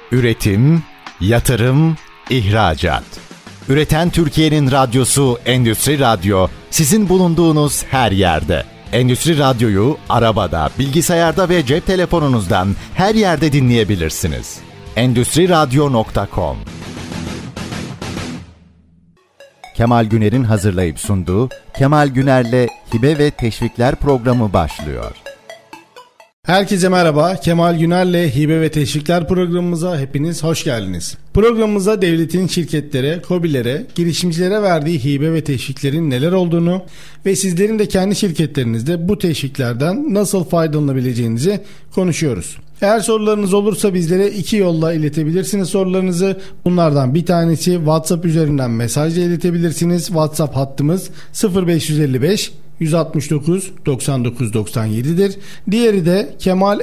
Üretim, yatırım, ihracat. Üreten Türkiye'nin radyosu Endüstri Radyo, sizin bulunduğunuz her yerde. Endüstri Radyo'yu arabada, bilgisayarda ve cep telefonunuzdan her yerde dinleyebilirsiniz. Endüstriradyo.com. Kemal Güner'in hazırlayıp sunduğu Kemal Güner'le Hibe ve Teşvikler programı başlıyor. Herkese merhaba. Kemal Güner'le Hibe ve Teşvikler programımıza hepiniz hoş geldiniz. Programımızda devletin şirketlere, KOBİ'lere, girişimcilere verdiği hibe ve teşviklerin neler olduğunu ve sizlerin de kendi şirketlerinizde bu teşviklerden nasıl faydalanabileceğinizi konuşuyoruz. Eğer sorularınız olursa bizlere iki yolla iletebilirsiniz sorularınızı. Bunlardan bir tanesi WhatsApp üzerinden mesajla iletebilirsiniz. WhatsApp hattımız 0555 169 99 97'dir. Diğeri de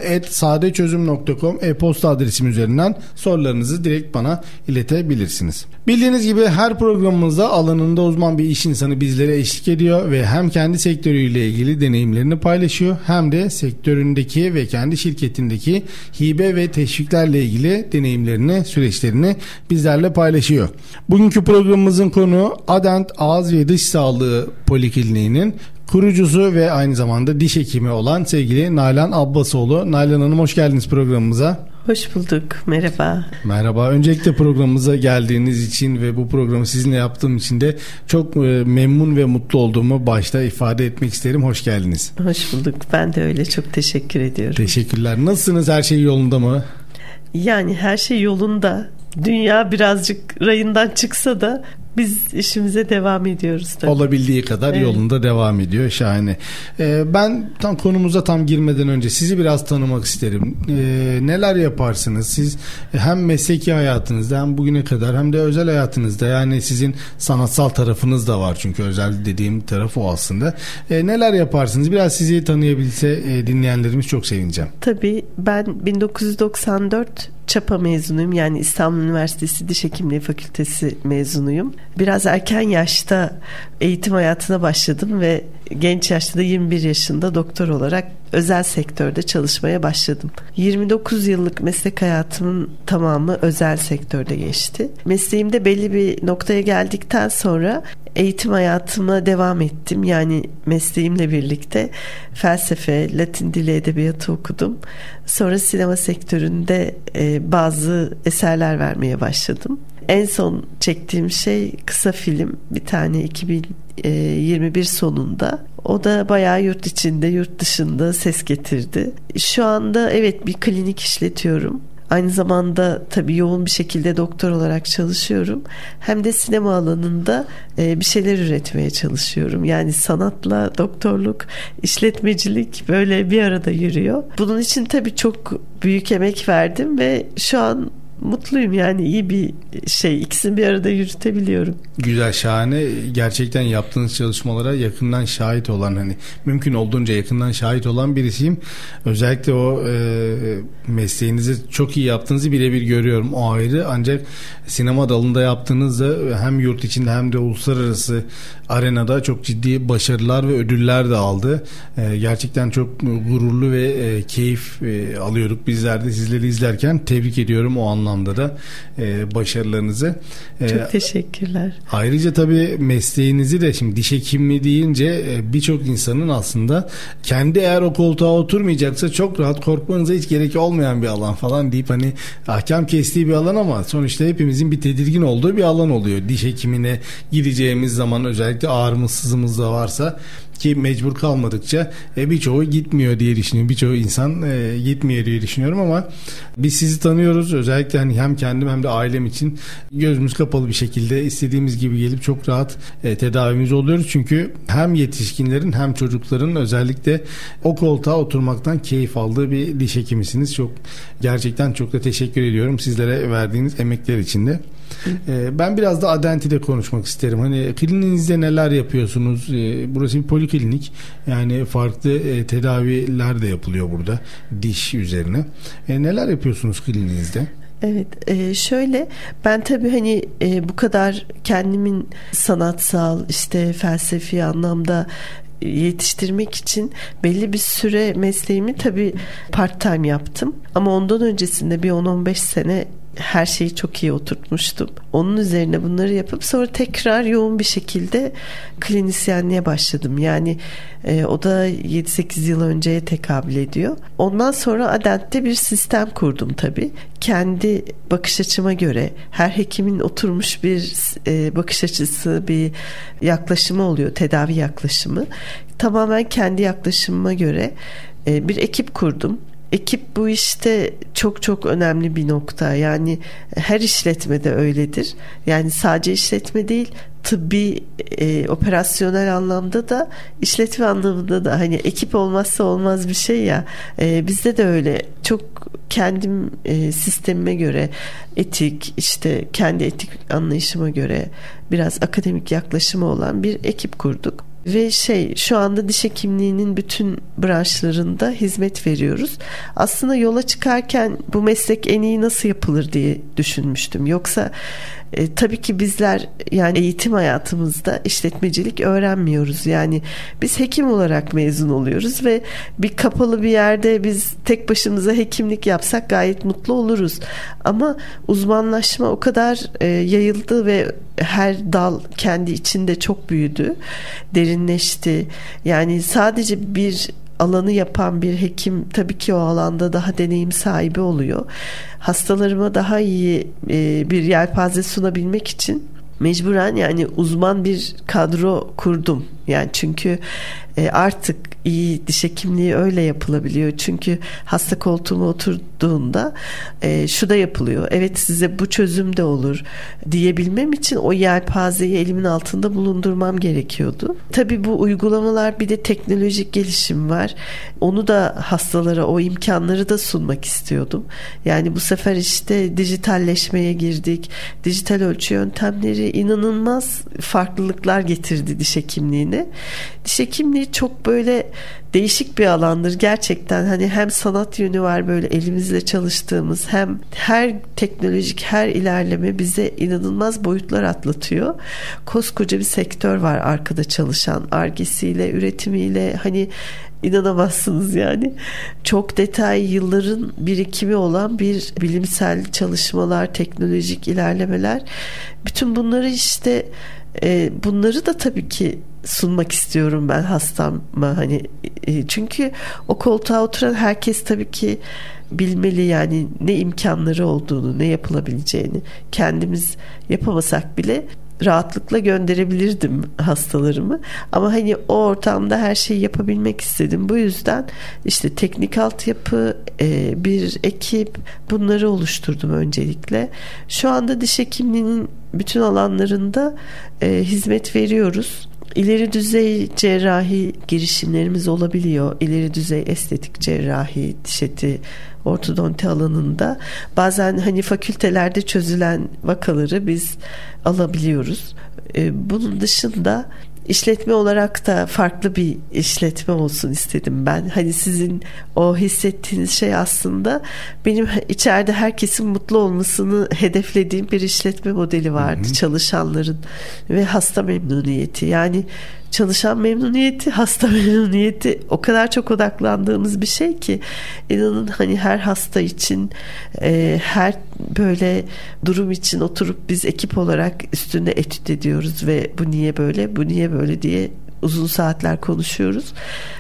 kemal@sadeçözüm.com e-posta adresim üzerinden sorularınızı direkt bana iletebilirsiniz. Bildiğiniz gibi her programımızda alanında uzman bir iş insanı bizlere eşlik ediyor ve hem kendi sektörüyle ilgili deneyimlerini paylaşıyor hem de sektöründeki ve kendi şirketindeki hibe ve teşviklerle ilgili deneyimlerini, süreçlerini bizlerle paylaşıyor. Bugünkü programımızın konuğu Adent Ağız ve Diş Sağlığı Polikliniği'nin kurucusu ve aynı zamanda diş hekimi olan sevgili Nalan Abbasoğlu. Nalan Hanım, hoş geldiniz programımıza. Hoş bulduk. Merhaba. Merhaba. Öncelikle programımıza geldiğiniz için ve bu programı sizinle yaptığım için de çok memnun ve mutlu olduğumu başta ifade etmek isterim. Hoş geldiniz. Hoş bulduk. Ben de öyle. Çok teşekkür ediyorum. Teşekkürler. Nasılsınız? Her şey yolunda mı? Yani her şey yolunda. Dünya birazcık rayından çıksa da biz işimize devam ediyoruz tabii. Olabildiği kadar evet, yolunda devam ediyor. Şahane. Ben konumuza girmeden önce sizi biraz tanımak isterim. Neler yaparsınız? Siz hem mesleki hayatınızda hem bugüne kadar hem de özel hayatınızda, yani sizin sanatsal tarafınız da var çünkü özel dediğim taraf o aslında. Neler yaparsınız? Biraz sizi tanıyabilse dinleyenlerimiz çok sevineceğim. Tabii, ben 1994 ÇAPA mezunuyum. Yani İstanbul Üniversitesi Diş Hekimliği Fakültesi mezunuyum. Biraz erken yaşta eğitim hayatına başladım ve genç yaşta da 21 yaşında doktor olarak özel sektörde çalışmaya başladım. 29 yıllık meslek hayatımın tamamı özel sektörde geçti. Mesleğimde belli bir noktaya geldikten sonra eğitim hayatıma devam ettim. Yani mesleğimle birlikte felsefe, Latin dili edebiyatı okudum. Sonra sinema sektöründe bazı eserler vermeye başladım. En son çektiğim şey kısa film, bir tane 2021 sonunda. O da bayağı yurt içinde, yurt dışında ses getirdi. Şu anda evet bir klinik işletiyorum. Aynı zamanda tabii yoğun bir şekilde doktor olarak çalışıyorum. Hem de sinema alanında bir şeyler üretmeye çalışıyorum. Yani sanatla doktorluk, işletmecilik böyle bir arada yürüyor. Bunun için tabii çok büyük emek verdim ve şu an mutluyum, yani iyi bir şey, ikisini bir arada yürütebiliyorum. Güzel, şahane. Gerçekten yaptığınız çalışmalara yakından şahit olan, mümkün olduğunca yakından şahit olan birisiyim. Özellikle o mesleğinizi çok iyi yaptığınızı birebir görüyorum, o ayrı. Ancak sinema dalında yaptığınızda hem yurt içinde hem de uluslararası arenada çok ciddi başarılar ve ödüller de aldı. Gerçekten çok gururlu ve keyif alıyorduk bizler de sizleri izlerken. Tebrik ediyorum o anlamda da başarılarınızı. Çok teşekkürler. Ayrıca tabii mesleğinizi de, şimdi diş hekimi deyince birçok insanın aslında kendi eğer o koltuğa oturmayacaksa çok rahat korkmanıza hiç gerek olmayan bir alan falan deyip ahkam kestiği bir alan, ama sonuçta hepimizin bir tedirgin olduğu bir alan oluyor. Diş hekimine gideceğimiz zaman özellikle ağrımız sızımız da varsa, ki mecbur kalmadıkça birçoğu gitmiyor diye düşünüyorum. Birçoğu insan gitmiyor diye düşünüyorum, ama biz sizi tanıyoruz. Özellikle hem kendim hem de ailem için gözümüz kapalı bir şekilde istediğimiz gibi gelip çok rahat tedavimiz oluyoruz. Çünkü hem yetişkinlerin hem çocukların özellikle o koltuğa oturmaktan keyif aldığı bir diş hekimisiniz. Gerçekten çok da teşekkür ediyorum sizlere verdiğiniz emekler için de. Ben biraz da Adent'de konuşmak isterim. Kliniğinizde neler yapıyorsunuz? Burası bir poliklinik. Yani farklı tedaviler de yapılıyor burada diş üzerine. Neler yapıyorsunuz kliniğinizde? Evet, şöyle, ben tabii bu kadar kendimin sanatsal, felsefi anlamda yetiştirmek için belli bir süre mesleğimi tabii part time yaptım. Ama ondan öncesinde bir 10-15 sene her şeyi çok iyi oturtmuştum. Onun üzerine bunları yapıp sonra tekrar yoğun bir şekilde klinisyenliğe başladım. Yani o da 7-8 yıl önceye tekabül ediyor. Ondan sonra Adent'te bir sistem kurdum tabii. Kendi bakış açıma göre her hekimin oturmuş bir bakış açısı, bir yaklaşımı oluyor, tedavi yaklaşımı. Tamamen kendi yaklaşımıma göre bir ekip kurdum. Ekip bu işte çok çok önemli bir nokta. Yani her işletmede öyledir. Yani sadece işletme değil, tıbbi, operasyonel anlamda da, işletme anlamında da hani ekip olmazsa olmaz bir şey ya. Bizde de öyle. Çok kendim sistemime göre etik, işte kendi etik anlayışıma göre biraz akademik yaklaşımı olan bir ekip kurduk. Ve şu anda diş hekimliğinin bütün branşlarında hizmet veriyoruz. Aslında yola çıkarken bu meslek en iyi nasıl yapılır diye düşünmüştüm. Yoksa tabii ki bizler yani eğitim hayatımızda işletmecilik öğrenmiyoruz. Yani biz hekim olarak mezun oluyoruz ve bir kapalı bir yerde biz tek başımıza hekimlik yapsak gayet mutlu oluruz. Ama uzmanlaşma o kadar yayıldı ve her dal kendi içinde çok büyüdü, derinleşti. Yani sadece bir alanı yapan bir hekim tabii ki o alanda daha deneyim sahibi oluyor. Hastalarıma daha iyi bir yelpaze sunabilmek için mecburen yani uzman bir kadro kurdum. Yani çünkü artık iyi diş hekimliği öyle yapılabiliyor. Çünkü hasta koltuğuma oturduğunda şu da yapılıyor. Evet, size bu çözüm de olur diyebilmem için o yelpazeyi elimin altında bulundurmam gerekiyordu. Tabii bu uygulamalar, bir de teknolojik gelişim var. Onu da hastalara, o imkanları da sunmak istiyordum. Yani bu sefer işte dijitalleşmeye girdik. Dijital ölçü yöntemleri inanılmaz farklılıklar getirdi diş hekimliğine. Diş hekimliği çok böyle değişik bir alandır gerçekten. Hani hem sanat yönü var, böyle elimizle çalıştığımız, hem her teknolojik her ilerleme bize inanılmaz boyutlar atlatıyor. Koskoca bir sektör var arkada çalışan, Ar-Ge'siyle, üretimiyle, hani inanamazsınız yani. Çok detay, yılların birikimi olan bir bilimsel çalışmalar, teknolojik ilerlemeler. Bütün bunları işte bunları da tabii ki sunmak istiyorum ben hastama, hani çünkü o koltuğa oturan herkes tabii ki bilmeli yani ne imkanları olduğunu, ne yapılabileceğini. Kendimiz yapamasak bile rahatlıkla gönderebilirdim hastalarımı. Ama hani o ortamda her şeyi yapabilmek istedim. Bu yüzden işte teknik altyapı, bir ekip, bunları oluşturdum öncelikle. Şu anda diş hekimliğinin bütün alanlarında hizmet veriyoruz. İleri düzey cerrahi girişimlerimiz olabiliyor. İleri düzey estetik cerrahi, diş eti, ortodonti alanında. Bazen hani fakültelerde çözülen vakaları biz alabiliyoruz. Bunun dışında işletme olarak da farklı bir işletme olsun istedim ben. Hani sizin o hissettiğiniz şey aslında benim içeride herkesin mutlu olmasını hedeflediğim bir işletme modeli vardı. Hı hı. Çalışanların ve hasta memnuniyeti. Yani çalışan memnuniyeti, hasta memnuniyeti o kadar çok odaklandığımız bir şey ki inanın hani her hasta için, her böyle durum için oturup biz ekip olarak üstünde etüt ediyoruz ve bu niye böyle, bu niye böyle diye uzun saatler konuşuyoruz.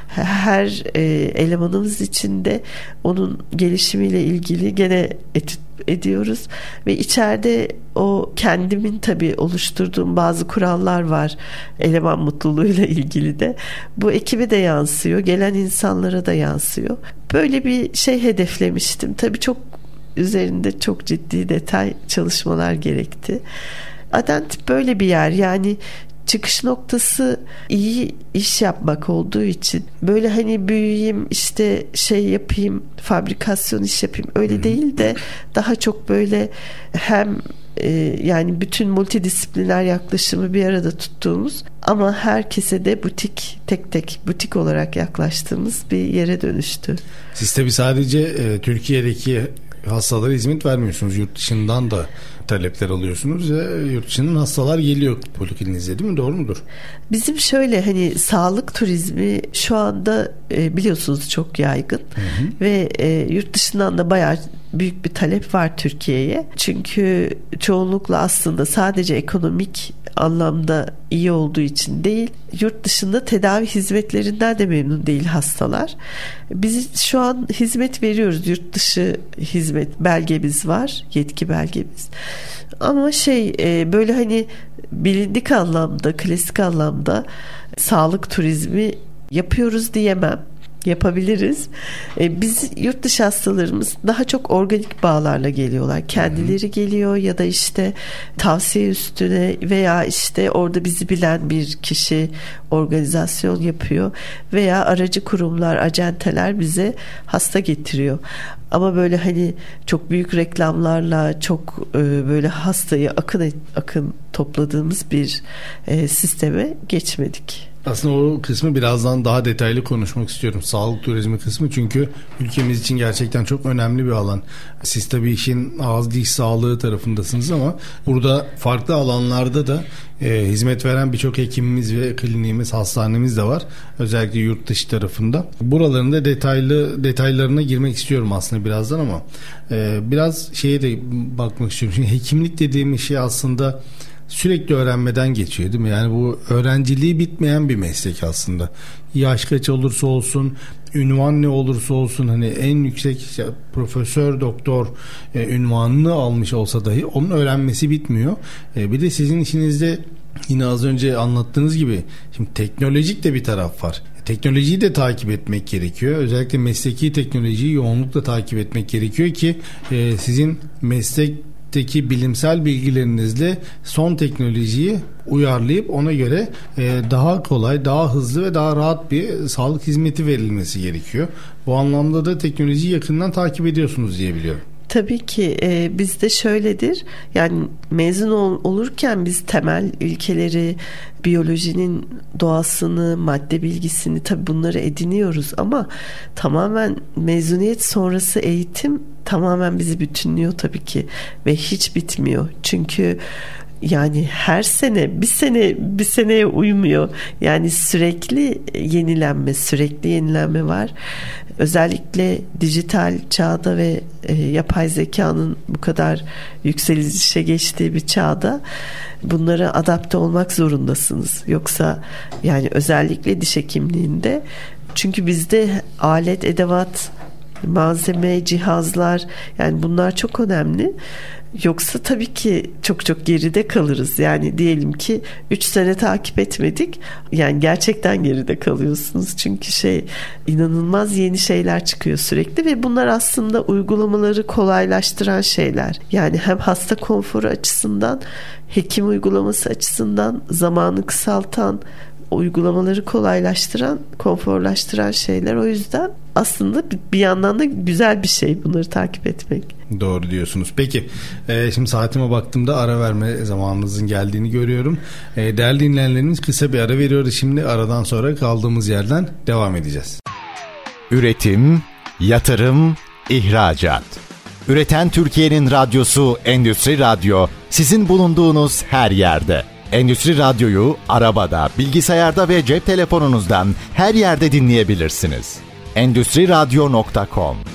Her elemanımız için de onun gelişimiyle ilgili gene etüt ediyoruz ve içeride o kendimin tabii oluşturduğum bazı kurallar var eleman mutluluğuyla ilgili de. Bu ekibe de yansıyor, gelen insanlara da yansıyor. Böyle bir şey hedeflemiştim. Tabii çok üzerinde çok ciddi detay çalışmalar gerekti. Adent böyle bir yer, yani çıkış noktası iyi iş yapmak olduğu için böyle hani büyüyeyim işte şey yapayım, fabrikasyon iş yapayım öyle değil de daha çok böyle hem yani bütün multidisipliner yaklaşımı bir arada tuttuğumuz ama herkese de butik, tek tek butik olarak yaklaştığımız bir yere dönüştü. Siz tabii sadece Türkiye'deki hastalara hizmet vermiyorsunuz, yurt dışından da talepler alıyorsunuz ve yurt dışından hastalar geliyor polikliniğinize, değil mi? Doğru mudur? Bizim şöyle hani sağlık turizmi şu anda biliyorsunuz çok yaygın. Hı hı. Ve yurt dışından da bayağı büyük bir talep var Türkiye'ye. Çünkü çoğunlukla aslında sadece ekonomik anlamda iyi olduğu için değil, yurt dışında tedavi hizmetlerinden de memnun değil hastalar. Biz şu an hizmet veriyoruz. Yurt dışı hizmet belgemiz var, yetki belgemiz. Ama böyle hani bilindik anlamda, klasik anlamda sağlık turizmi yapıyoruz diyemem. Yapabiliriz. Biz yurt dışı hastalarımız daha çok organik bağlarla geliyorlar. Kendileri geliyor ya da işte tavsiye üstüne veya işte orada bizi bilen bir kişi organizasyon yapıyor veya aracı kurumlar, acenteler bize hasta getiriyor. Ama böyle hani çok büyük reklamlarla çok böyle hastayı akın topladığımız bir sisteme geçmedik. Aslında o kısmı birazdan daha detaylı konuşmak istiyorum. Sağlık turizmi kısmı, çünkü ülkemiz için gerçekten çok önemli bir alan. Siz tabii işin ağız diş sağlığı tarafındasınız ama burada farklı alanlarda da hizmet veren birçok hekimimiz ve kliniğimiz, hastanemiz de var. Özellikle yurt dışı tarafında. Buraların da detaylarına girmek istiyorum aslında birazdan ama biraz şeye de bakmak istiyorum. Çünkü hekimlik dediğimiz şey aslında sürekli öğrenmeden geçiyor, değil mi? Yani bu öğrenciliği bitmeyen bir meslek aslında. Yaş kaç olursa olsun, ünvan ne olursa olsun, hani en yüksek profesör, doktor ünvanını almış olsa dahi onun öğrenmesi bitmiyor. Bir de sizin işinizde yine az önce anlattığınız gibi şimdi teknolojik de bir taraf var. Teknolojiyi de takip etmek gerekiyor. Özellikle mesleki teknolojiyi yoğunlukla takip etmek gerekiyor ki sizin meslekteki bilimsel bilgilerinizle son teknolojiyi uyarlayıp ona göre daha kolay, daha hızlı ve daha rahat bir sağlık hizmeti verilmesi gerekiyor. Bu anlamda da teknolojiyi yakından takip ediyorsunuz diye biliyorum. Tabii ki bizde şöyledir, yani mezun olurken biz temel ilkeleri, biyolojinin doğasını, madde bilgisini tabii bunları ediniyoruz ama tamamen mezuniyet sonrası eğitim tamamen bizi bütünlüyor tabii ki ve hiç bitmiyor. Çünkü yani her sene bir seneye uymuyor. Yani sürekli yenilenme var. Özellikle dijital çağda ve yapay zekanın bu kadar yükselişe geçtiği bir çağda bunlara adapte olmak zorundasınız. Yoksa yani özellikle diş hekimliğinde, çünkü bizde alet, edevat, malzeme, cihazlar, yani bunlar çok önemli. Yoksa tabii ki çok geride kalırız. Yani diyelim ki 3 sene takip etmedik. Yani gerçekten geride kalıyorsunuz. Çünkü inanılmaz yeni şeyler çıkıyor sürekli ve bunlar aslında uygulamaları kolaylaştıran şeyler. Yani hem hasta konforu açısından, hekim uygulaması açısından zamanı kısaltan, uygulamaları kolaylaştıran, konforlaştıran şeyler. O yüzden aslında bir yandan da güzel bir şey bunları takip etmek. Doğru diyorsunuz. Peki şimdi saatime baktığımda ara verme zamanınızın geldiğini görüyorum. Değerli dinleyenlerimiz, kısa bir ara veriyoruz şimdi. Aradan sonra kaldığımız yerden devam edeceğiz. Üretim, yatırım, ihracat. Üreten Türkiye'nin radyosu Endüstri Radyo, sizin bulunduğunuz her yerde. Endüstri Radyo'yu arabada, bilgisayarda ve cep telefonunuzdan her yerde dinleyebilirsiniz. Endüstriradyo.com.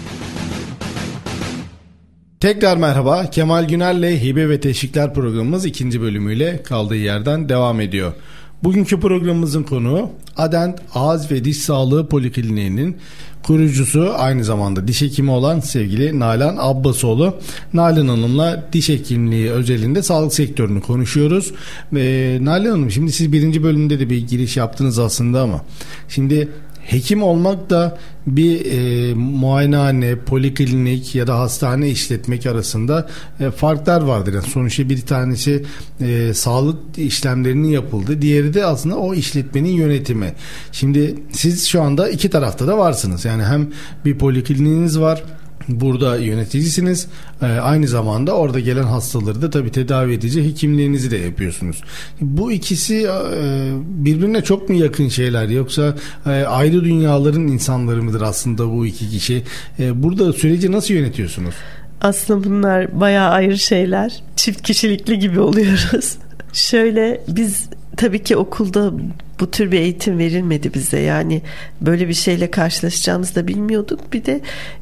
Tekrar merhaba. Kemal Güner'le Hibe ve Teşvikler programımız 2. bölümüyle kaldığı yerden devam ediyor. Bugünkü programımızın konuğu Adent Ağız ve Diş Sağlığı Polikliniği'nin kurucusu, aynı zamanda diş hekimi olan sevgili Nalan Abbasoğlu. Nalan Hanım'la diş hekimliği özelinde sağlık sektörünü konuşuyoruz. Nalan Hanım, şimdi siz 1. bölümde de bir giriş yaptınız aslında ama şimdi hekim olmak da bir muayenehane, poliklinik ya da hastane işletmek arasında farklar vardır. Yani sonuçta bir tanesi sağlık işlemlerinin yapıldığı, diğeri de aslında o işletmenin yönetimi. Şimdi siz şu anda iki tarafta da varsınız. Yani hem bir polikliniğiniz var, burada yöneticisiniz, aynı zamanda orada gelen hastaları da tabii tedavi edici hekimliğinizi de yapıyorsunuz. Bu ikisi birbirine çok mu yakın şeyler, yoksa ayrı dünyaların insanları mıdır aslında bu iki kişi? Burada süreci nasıl yönetiyorsunuz? Aslında bunlar bayağı ayrı şeyler. Çift kişilikli gibi oluyoruz. Şöyle, biz tabii ki okulda bu tür bir eğitim verilmedi bize. Yani böyle bir şeyle karşılaşacağımızı da bilmiyorduk. Bir de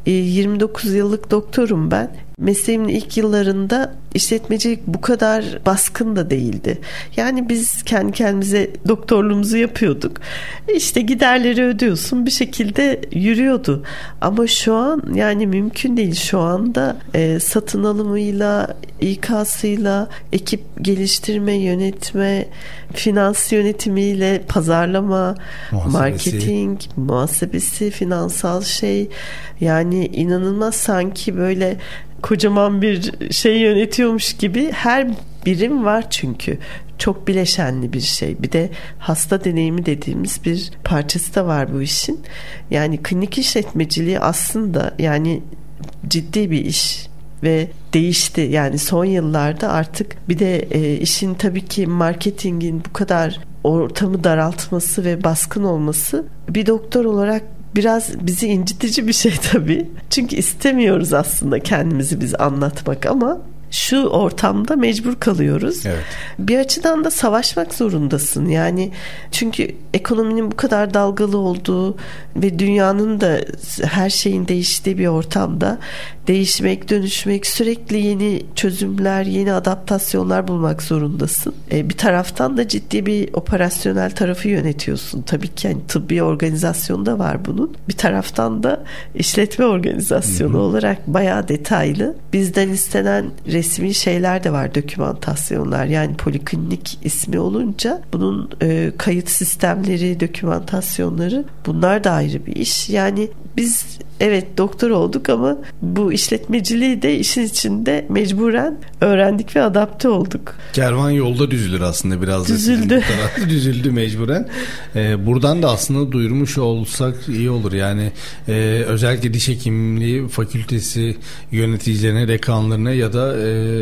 29 yıllık doktorum ben. Mesleğimin ilk yıllarında işletmecilik bu kadar baskın da değildi. Yani biz kendi kendimize doktorluğumuzu yapıyorduk. İşte giderleri ödüyorsun, bir şekilde yürüyordu. Ama şu an yani mümkün değil. Şu anda satın alımıyla, İK'sıyla, ekip geliştirme, yönetme, finans yönetimiyle, pazarlama, marketing, muhasebesi, finansal yani inanılmaz, sanki böyle kocaman bir şey yönetiyormuş gibi her birim var çünkü. Çok bileşenli bir şey. Bir de hasta deneyimi dediğimiz bir parçası da var bu işin. Yani klinik işletmeciliği aslında yani ciddi bir iş ve değişti. Yani son yıllarda artık bir de işin tabii ki marketingin bu kadar ortamı daraltması ve baskın olması bir doktor olarak biraz bizi incitici bir şey tabii. Çünkü istemiyoruz aslında kendimizi biz anlatmak ama şu ortamda mecbur kalıyoruz. Evet. Bir açıdan da savaşmak zorundasın. Yani çünkü ekonominin bu kadar dalgalı olduğu ve dünyanın da her şeyin değiştiği bir ortamda değişmek, dönüşmek, sürekli yeni çözümler, yeni adaptasyonlar bulmak zorundasın. Bir taraftan da ciddi bir operasyonel tarafı yönetiyorsun. Tabii ki yani tıbbi organizasyon da var bunun. Bir taraftan da işletme organizasyonu olarak bayağı detaylı. Bizden istenen resmi şeyler de var, dokümantasyonlar. Yani poliklinik ismi olunca bunun kayıt sistemleri, dokümantasyonları, bunlar da ayrı bir iş. Yani biz evet doktor olduk ama bu işletmeciliği de işin içinde mecburen öğrendik ve adapte olduk. Kervan yolda düzülür aslında, biraz da düzüldü. Düzüldü mecburen. Buradan da aslında duyurmuş olsak iyi olur. Yani özellikle diş hekimliği fakültesi yöneticilerine, dekanlarına ya da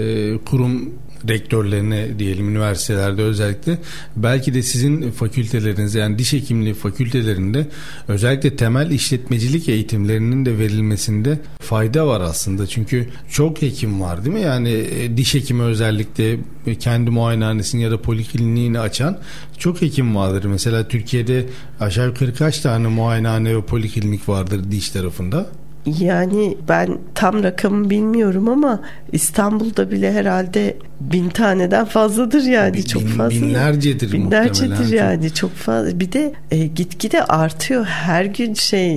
kurum rektörlerine diyelim, üniversitelerde özellikle, belki de sizin fakülteleriniz, yani diş hekimliği fakültelerinde özellikle temel işletmecilik eğitimlerinin de verilmesinde fayda var aslında. Çünkü çok hekim var değil mi? Yani diş hekimi özellikle kendi muayenehanesini ya da polikliniğini açan çok hekim vardır. Mesela Türkiye'de aşağı yukarı kaç tane muayenehane ve poliklinik vardır diş tarafında? Yani ben tam rakamı bilmiyorum ama İstanbul'da bile herhalde 1000 taneden fazladır yani. Çok fazla. Binlercedir yani, çok fazla. Bir de gitgide artıyor her gün,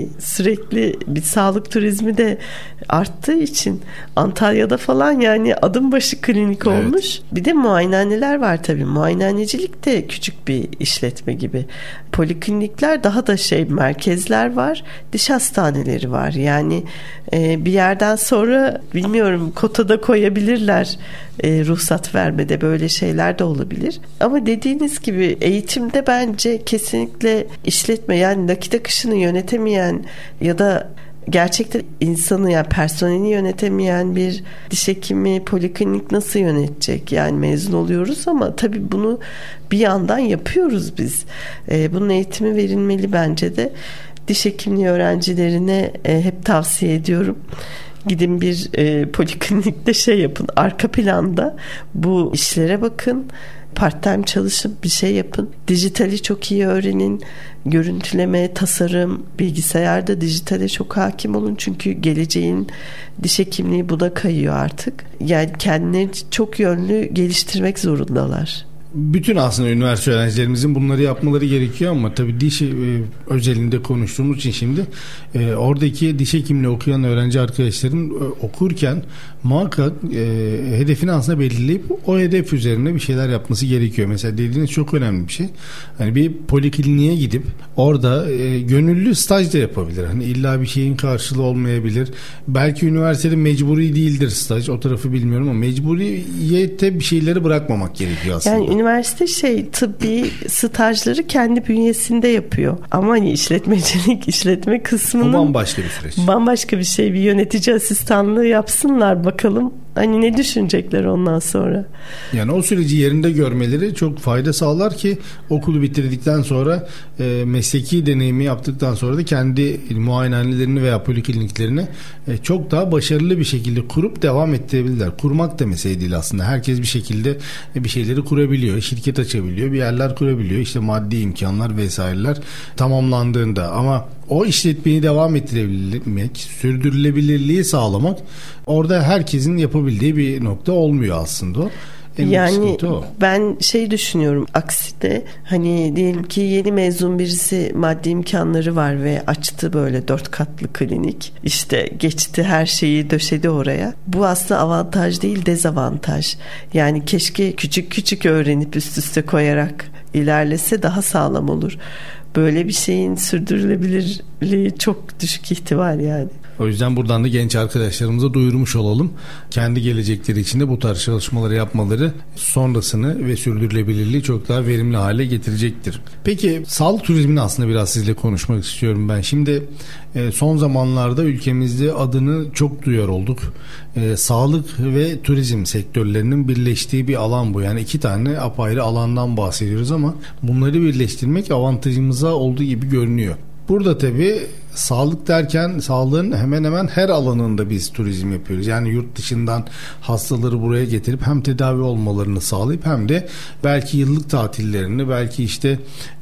sürekli bir sağlık turizmi de arttığı için Antalya'da falan yani adım başı klinik olmuş. Evet. Bir de muayenehaneler var tabii. Muayenehanecilik de küçük bir işletme gibi. Poliklinikler daha da merkezler var. Diş hastaneleri var. Yani bir yerden sonra bilmiyorum, kotada koyabilirler, ruhsat vermede böyle şeyler de olabilir. Ama dediğiniz gibi eğitimde bence kesinlikle işletme, yani nakit akışını yönetemeyen ya da gerçekten insanı, yani personeli yönetemeyen bir diş hekimi poliklinik nasıl yönetecek? Yani mezun oluyoruz ama tabii bunu bir yandan yapıyoruz biz. Bunun eğitimi verilmeli bence de. Diş hekimliği öğrencilerine hep tavsiye ediyorum. Gidin bir poliklinikte yapın. Arka planda bu işlere bakın. Part-time çalışın, bir şey yapın. Dijitali çok iyi öğrenin. Görüntüleme, tasarım, bilgisayarda dijitale çok hakim olun. Çünkü geleceğin diş hekimliği buna kayıyor artık. Yani kendilerini çok yönlü geliştirmek zorundalar. Bütün aslında üniversite öğrencilerimizin bunları yapmaları gerekiyor ama tabii diş özelinde konuştuğumuz için şimdi oradaki diş hekimliği okuyan öğrenci arkadaşların okurken muhakkak hedefini aslında belirleyip o hedef üzerine bir şeyler yapması gerekiyor. Mesela dediğiniz çok önemli bir şey. Hani bir polikliniğe gidip orada gönüllü staj da yapabilir. Hani illa bir şeyin karşılığı olmayabilir. Belki üniversitede mecburi değildir staj. O tarafı bilmiyorum ama mecburiyete bir şeyleri bırakmamak gerekiyor aslında. Yani üniversite tıbbi stajları kendi bünyesinde yapıyor. Ama hani işletme kısmının o bambaşka bir süreç. Bambaşka bir şey. Bir yönetici asistanlığı yapsınlar bakalım Hani ne düşünecekler ondan sonra? Yani o süreci yerinde görmeleri çok fayda sağlar ki okulu bitirdikten sonra mesleki deneyimi yaptıktan sonra da kendi muayenehanelerini veya polikliniklerini çok daha başarılı bir şekilde kurup devam ettirebilirler. Kurmak da mesele değil aslında. Herkes bir şekilde bir şeyleri kurabiliyor. Şirket açabiliyor. Bir yerler kurabiliyor. İşte maddi imkanlar vesaireler tamamlandığında, ama o işletmeyi devam ettirebilmek, sürdürülebilirliği sağlamak orada herkesin yapabildiği bir nokta olmuyor aslında o. Yani ben düşünüyorum, aksine hani diyelim ki yeni mezun birisi, maddi imkanları var ve açtı böyle 4 katlı klinik, işte geçti her şeyi döşedi oraya. Bu aslında avantaj değil, dezavantaj. Yani keşke küçük küçük öğrenip üst üste koyarak ilerlese daha sağlam olur. Böyle bir şeyin sürdürülebilirliği çok düşük ihtimal yani. O yüzden buradan da genç arkadaşlarımıza duyurmuş olalım. Kendi gelecekleri için de bu tarz çalışmaları yapmaları sonrasını ve sürdürülebilirliği çok daha verimli hale getirecektir. Peki sağlık turizmini aslında biraz sizle konuşmak istiyorum ben. Şimdi son zamanlarda ülkemizde adını çok duyar olduk. Sağlık ve turizm sektörlerinin birleştiği bir alan bu. Yani 2 tane apayrı alandan bahsediyoruz ama bunları birleştirmek avantajımıza olduğu gibi görünüyor. Burada tabii sağlık derken sağlığın hemen hemen her alanında biz turizm yapıyoruz. Yani yurt dışından hastaları buraya getirip hem tedavi olmalarını sağlayıp hem de belki yıllık tatillerini, belki işte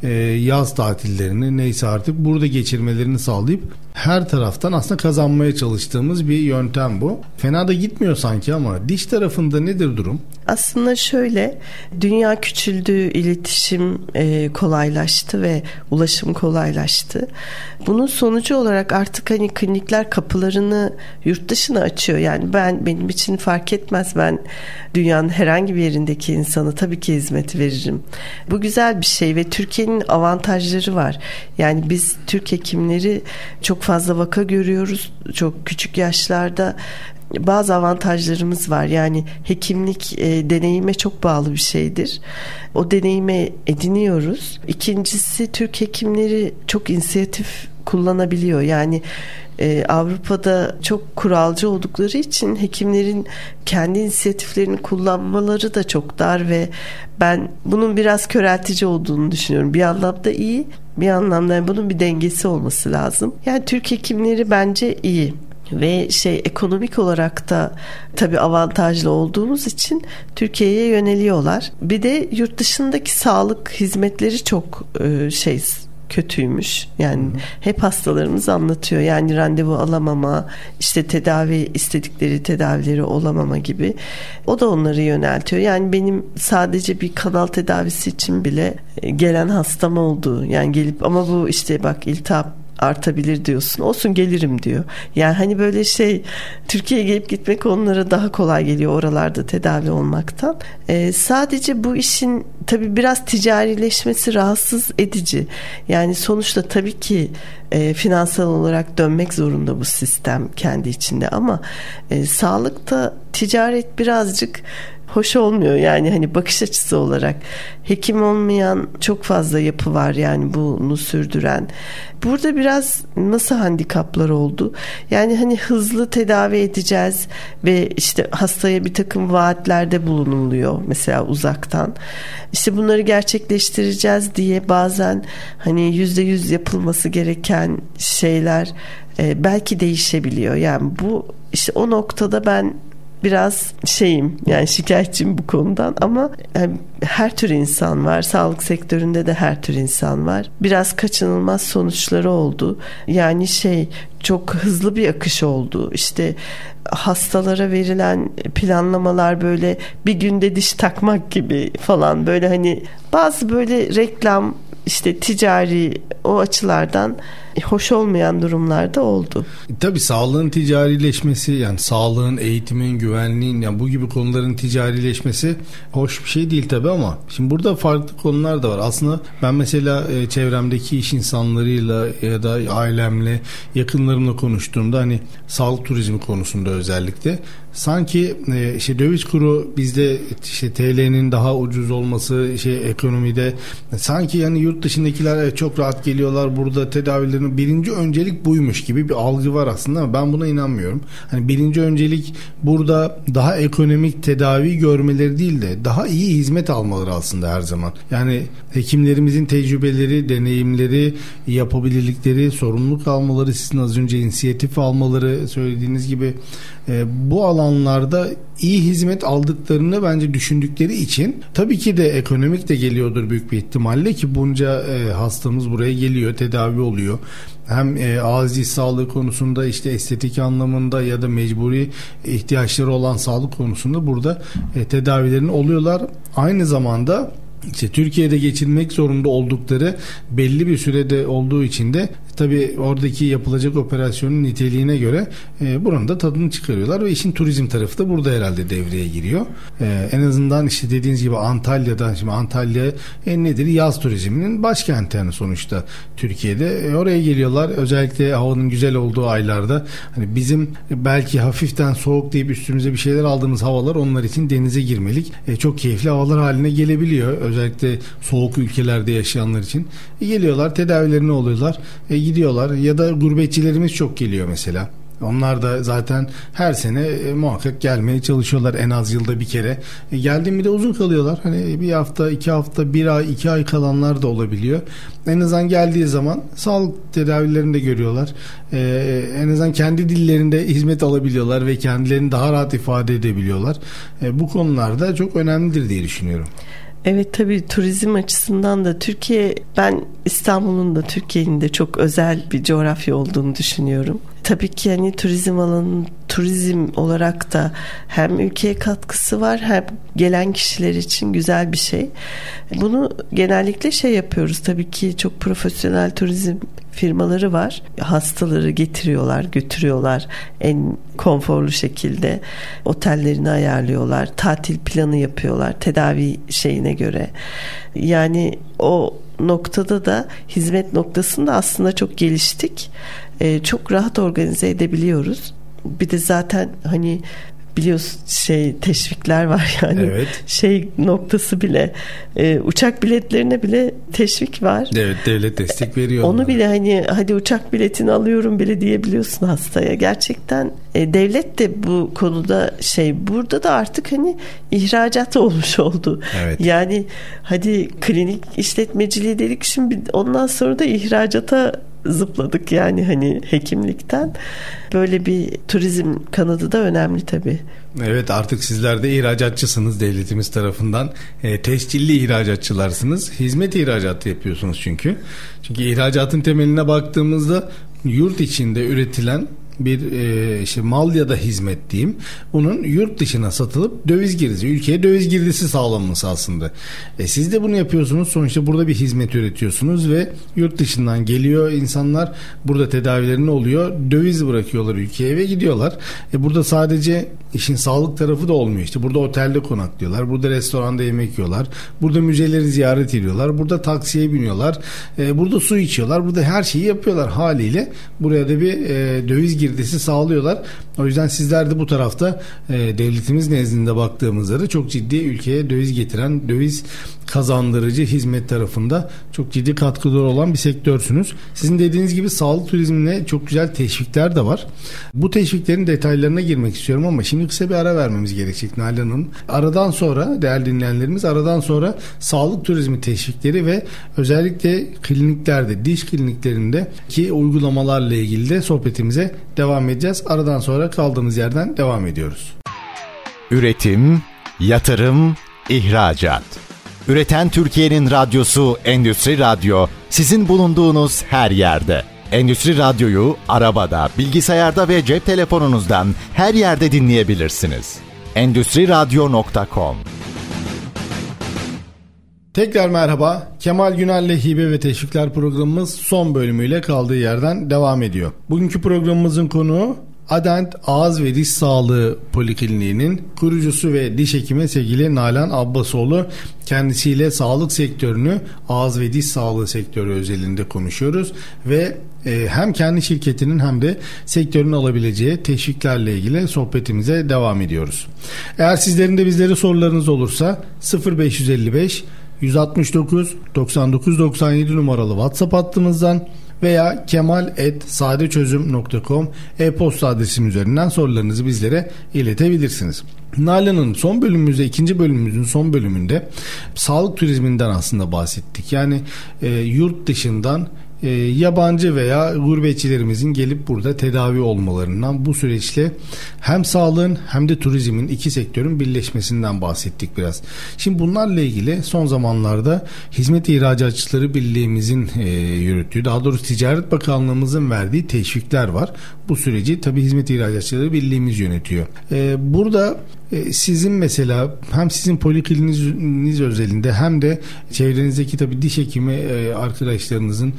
yaz tatillerini, neyse artık burada geçirmelerini sağlayıp her taraftan aslında kazanmaya çalıştığımız bir yöntem bu. Fena da gitmiyor sanki, ama diş tarafında nedir durum? Aslında şöyle, dünya küçüldü, iletişim kolaylaştı ve ulaşım kolaylaştı. Bunun sonucu olarak artık hani klinikler kapılarını yurt dışına açıyor. Yani benim için fark etmez, ben dünyanın herhangi bir yerindeki insana tabii ki hizmet veririm. Bu güzel bir şey ve Türkiye'nin avantajları var. Yani biz Türk hekimleri çok fazla vaka görüyoruz. Çok küçük yaşlarda bazı avantajlarımız var. Yani hekimlik deneyime çok bağlı bir şeydir. O deneyime ediniyoruz. İkincisi, Türk hekimleri çok inisiyatif kullanabiliyor. Yani Avrupa'da çok kuralcı oldukları için hekimlerin kendi inisiyatiflerini kullanmaları da çok dar ve ben bunun biraz köreltici olduğunu düşünüyorum. Bir anlamda iyi, bir anlamda bunun bir dengesi olması lazım. Yani Türk hekimleri bence iyi. Ve ekonomik olarak da tabii avantajlı olduğumuz için Türkiye'ye yöneliyorlar. Bir de yurt dışındaki sağlık hizmetleri çok kötüymüş. Yani hep hastalarımız anlatıyor. Yani randevu alamama, işte istedikleri tedavileri olamama gibi. O da onları yöneltiyor. Yani benim sadece bir kanal tedavisi için bile gelen hastam oldu. Yani gelip, ama bu işte bak iltihap artabilir diyorsun. Olsun, gelirim diyor. Yani hani böyle Türkiye'ye gelip gitmek onlara daha kolay geliyor oralarda tedavi olmaktan. Sadece bu işin tabii biraz ticarileşmesi rahatsız edici. Yani sonuçta tabii ki finansal olarak dönmek zorunda bu sistem kendi içinde, ama sağlıkta ticaret birazcık hoş olmuyor. Yani hani bakış açısı olarak hekim olmayan çok fazla yapı var, yani bunu sürdüren. Burada biraz nasıl handikaplar oldu? Yani hani hızlı tedavi edeceğiz ve işte hastaya bir takım vaatlerde bulunuluyor mesela uzaktan. İşte bunları gerçekleştireceğiz diye bazen hani %100 yapılması gereken şeyler belki değişebiliyor. Yani bu işte o noktada ben biraz yani şikayetçiyim bu konudan, ama yani her tür insan var. Sağlık sektöründe de her tür insan var. Biraz kaçınılmaz sonuçları oldu. Yani çok hızlı bir akış oldu. İşte hastalara verilen planlamalar böyle bir günde diş takmak gibi falan, böyle hani bazı böyle reklam, işte ticari o açılardan hoş olmayan durumlarda oldu. Tabii sağlığın ticarileşmesi, yani sağlığın, eğitimin, güvenliğin, yani bu gibi konuların ticarileşmesi hoş bir şey değil tabii, ama şimdi burada farklı konular da var. Aslında ben mesela çevremdeki iş insanlarıyla ya da ailemle, yakınlarımla konuştuğumda hani sağlık turizmi konusunda özellikle sanki döviz kuru bizde TL'nin daha ucuz olması ekonomide sanki yani yurt dışındakiler çok rahat geliyorlar, burada tedavilerini Hani birinci öncelik buymuş gibi bir algı var aslında ama ben buna inanmıyorum. Hani birinci öncelik burada daha ekonomik tedavi görmeleri değil de daha iyi hizmet almaları aslında her zaman. Yani hekimlerimizin tecrübeleri, deneyimleri, yapabilirlikleri, sorumluluk almaları, sizin az önce inisiyatif almaları, söylediğiniz gibi bu alanlarda iyi hizmet aldıklarını bence düşündükleri için, tabii ki de ekonomik de geliyordur büyük bir ihtimalle ki bunca hastamız buraya geliyor, tedavi oluyor. Hem ağız diş sağlığı konusunda, işte estetik anlamında ya da mecburi ihtiyaçları olan sağlık konusunda burada tedavilerini oluyorlar. Aynı zamanda İşte Türkiye'de geçirmek zorunda oldukları belli bir sürede olduğu için de tabii oradaki yapılacak operasyonun niteliğine göre buranın da tadını çıkarıyorlar ve işin turizm tarafı da burada herhalde devreye giriyor. En azından işte dediğiniz gibi Antalya'da, şimdi Antalya nedir? Yaz turizminin başkenti yani sonuçta Türkiye'de. Oraya geliyorlar. Özellikle havanın güzel olduğu aylarda. Hani bizim belki hafiften soğuk deyip üstümüze bir şeyler aldığımız havalar onlar için denize girmelik çok keyifli havalar haline gelebiliyor. Özellikle soğuk ülkelerde yaşayanlar için. Geliyorlar, tedavilerini oluyorlar, gidiyorlar ya da gurbetçilerimiz çok geliyor mesela. Onlar da zaten her sene muhakkak gelmeye çalışıyorlar en az yılda bir kere. Geldiğinde de uzun kalıyorlar. Hani bir hafta, 2 hafta, 1 ay, 2 ay kalanlar da olabiliyor. En azından geldiği zaman sağlık tedavilerini de görüyorlar. En azından kendi dillerinde hizmet alabiliyorlar ve kendilerini daha rahat ifade edebiliyorlar. Bu konularda çok önemlidir diye düşünüyorum. Evet, tabii turizm açısından da Türkiye, ben İstanbul'un da Türkiye'nin de çok özel bir coğrafya olduğunu düşünüyorum. Tabii ki hani turizm alanının turizm olarak da hem ülkeye katkısı var hem gelen kişiler için güzel bir şey. Bunu genellikle yapıyoruz. Tabii ki çok profesyonel turizm firmaları var. Hastaları getiriyorlar, götürüyorlar en konforlu şekilde. Otellerini ayarlıyorlar, tatil planı yapıyorlar tedavi şeyine göre. Yani o noktada da hizmet noktasında aslında çok geliştik. Çok rahat organize edebiliyoruz. Bir de zaten hani biliyorsun teşvikler var yani. Evet. Noktası bile uçak biletlerine bile teşvik var. Evet, devlet destek veriyor. Onu bile hani hadi uçak biletini alıyorum bile diyebiliyorsun hastaya. Gerçekten devlet de bu konuda burada da artık hani ihracat olmuş oldu. Evet. Yani hadi klinik işletmeciliği dedik, şimdi ondan sonra da ihracata zıpladık yani hani hekimlikten. Böyle bir turizm kanadı da önemli tabii. Evet, artık sizler de ihracatçısınız devletimiz tarafından. Tescilli ihracatçılarsınız. Hizmet ihracatı yapıyorsunuz çünkü. Çünkü ihracatın temeline baktığımızda yurt içinde üretilen bir mal ya da hizmet diyeyim, bunun yurt dışına satılıp döviz girdisi, ülkeye döviz girdisi sağlanması aslında. Siz de bunu yapıyorsunuz. Sonuçta burada bir hizmet üretiyorsunuz ve yurt dışından geliyor insanlar, burada tedavilerini oluyor, döviz bırakıyorlar ülkeye ve gidiyorlar. Burada sadece işin sağlık tarafı da olmuyor. İşte burada otelde konaklıyorlar, burada restoranda yemek yiyorlar, burada müzeleri ziyaret ediyorlar, burada taksiye biniyorlar, burada su içiyorlar, burada her şeyi yapıyorlar haliyle. Buraya da bir döviz girdisi sağlıyorlar. O yüzden sizler de bu tarafta devletimiz nezdinde baktığımızda da çok ciddi ülkeye döviz getiren, döviz kazandırıcı hizmet tarafında çok ciddi katkıları olan bir sektörsünüz. Sizin dediğiniz gibi sağlık turizmine çok güzel teşvikler de var. Bu teşviklerin detaylarına girmek istiyorum ama şimdi kısa bir ara vermemiz gerekecek Nalan Hanım. Aradan sonra değerli dinleyenlerimiz, aradan sonra sağlık turizmi teşvikleri ve özellikle kliniklerde, diş kliniklerindeki uygulamalarla ilgili de sohbetimize devam edeceğiz. Aradan sonra kaldığımız yerden devam ediyoruz. Üretim, yatırım, ihracat. Üreten Türkiye'nin radyosu Endüstri Radyo, sizin bulunduğunuz her yerde. Endüstri Radyo'yu arabada, bilgisayarda ve cep telefonunuzdan her yerde dinleyebilirsiniz. Endüstriradyo.com. Tekrar merhaba. Kemal Güner'le Hibe ve Teşvikler programımız son bölümüyle kaldığı yerden devam ediyor. Bugünkü programımızın konuğu Adent Ağız ve Diş Sağlığı Polikliniği'nin kurucusu ve diş hekimi sevgili Nalan Abbasoğlu. Kendisiyle sağlık sektörünü, ağız ve diş sağlığı sektörü özelinde konuşuyoruz ve hem kendi şirketinin hem de sektörün alabileceği teşviklerle ilgili sohbetimize devam ediyoruz. Eğer sizlerin de bizlere sorularınız olursa 0555 169 99 97 numaralı WhatsApp hattımızdan veya kemal@sadeçözüm.com e-posta adresim üzerinden sorularınızı bizlere iletebilirsiniz. Nalan Hanım, son bölümümüzde, ikinci bölümümüzün son bölümünde sağlık turizminden aslında bahsettik. Yani yurt dışından yabancı veya gurbetçilerimizin gelip burada tedavi olmalarından, bu süreçle hem sağlığın hem de turizmin, iki sektörün birleşmesinden bahsettik biraz. Şimdi bunlarla ilgili son zamanlarda Hizmet İhracatçıları Birliğimizin yürüttüğü, daha doğrusu Ticaret Bakanlığımızın verdiği teşvikler var. Bu süreci tabii Hizmet İhracatçıları Birliğimiz yönetiyor. Burada sizin mesela hem sizin poliklininiz özelinde hem de çevrenizdeki tabii diş hekimi arkadaşlarınızın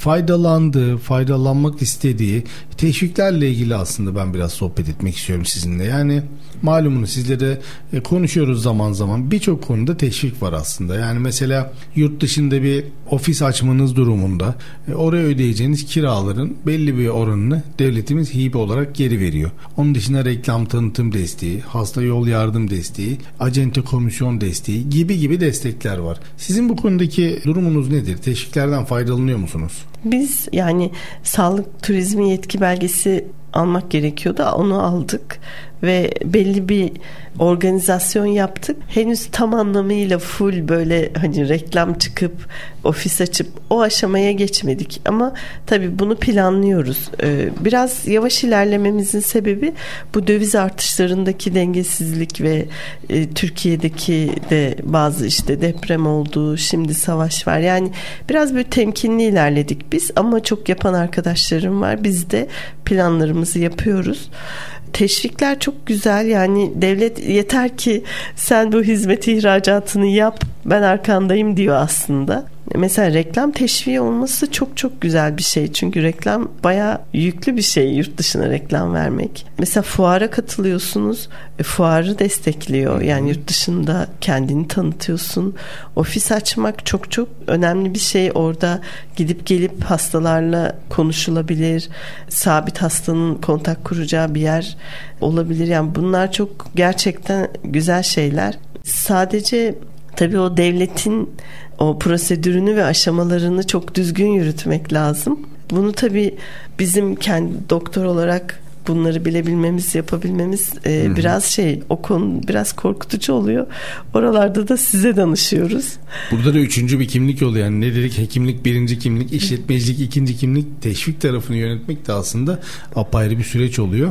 faydalanmak istediği teşviklerle ilgili aslında ben biraz sohbet etmek istiyorum sizinle. Yani malumunuz, sizle de konuşuyoruz zaman zaman, birçok konuda teşvik var aslında. Yani mesela yurt dışında bir ofis açmanız durumunda oraya ödeyeceğiniz kiraların belli bir oranını devletimiz hibe olarak geri veriyor. Onun dışında reklam tanıtım desteği, hasta yol yardım desteği, acente komisyon desteği gibi destekler var. Sizin bu konudaki durumunuz nedir? Teşviklerden faydalanıyor musunuz? Biz yani sağlık turizmi yetki belgesi almak gerekiyordu. Onu aldık ve belli bir organizasyon yaptık. Henüz tam anlamıyla full böyle hani reklam çıkıp ofis açıp o aşamaya geçmedik. Ama tabii bunu planlıyoruz. Biraz yavaş ilerlememizin sebebi bu döviz artışlarındaki dengesizlik ve Türkiye'deki de bazı işte deprem oldu, şimdi savaş var. Yani biraz böyle temkinli ilerledik biz ama çok yapan arkadaşlarım var. Biz de planlarımızı yapıyoruz. Teşvikler çok güzel, yani devlet yeter ki sen bu hizmet ihracatını yap, ben arkandayım diyor aslında. Mesela reklam teşviği olması çok çok güzel bir şey. Çünkü reklam bayağı yüklü bir şey, yurt dışına reklam vermek. Mesela fuara katılıyorsunuz, fuarı destekliyor. Yani yurt dışında kendini tanıtıyorsun. Ofis açmak çok çok önemli bir şey. Orada gidip gelip hastalarla konuşulabilir. Sabit hastanın kontak kuracağı bir yer olabilir. Yani bunlar çok gerçekten güzel şeyler. Sadece tabii o devletin o prosedürünü ve aşamalarını çok düzgün yürütmek lazım. Bunu tabii bizim kendi doktor olarak bunları bilebilmemiz, yapabilmemiz biraz o konu biraz korkutucu oluyor. Oralarda da size danışıyoruz. Burada da üçüncü bir kimlik oluyor. Yani ne dedik? Hekimlik birinci kimlik, işletmecilik ikinci kimlik, teşvik tarafını yönetmek de aslında apayrı bir süreç oluyor.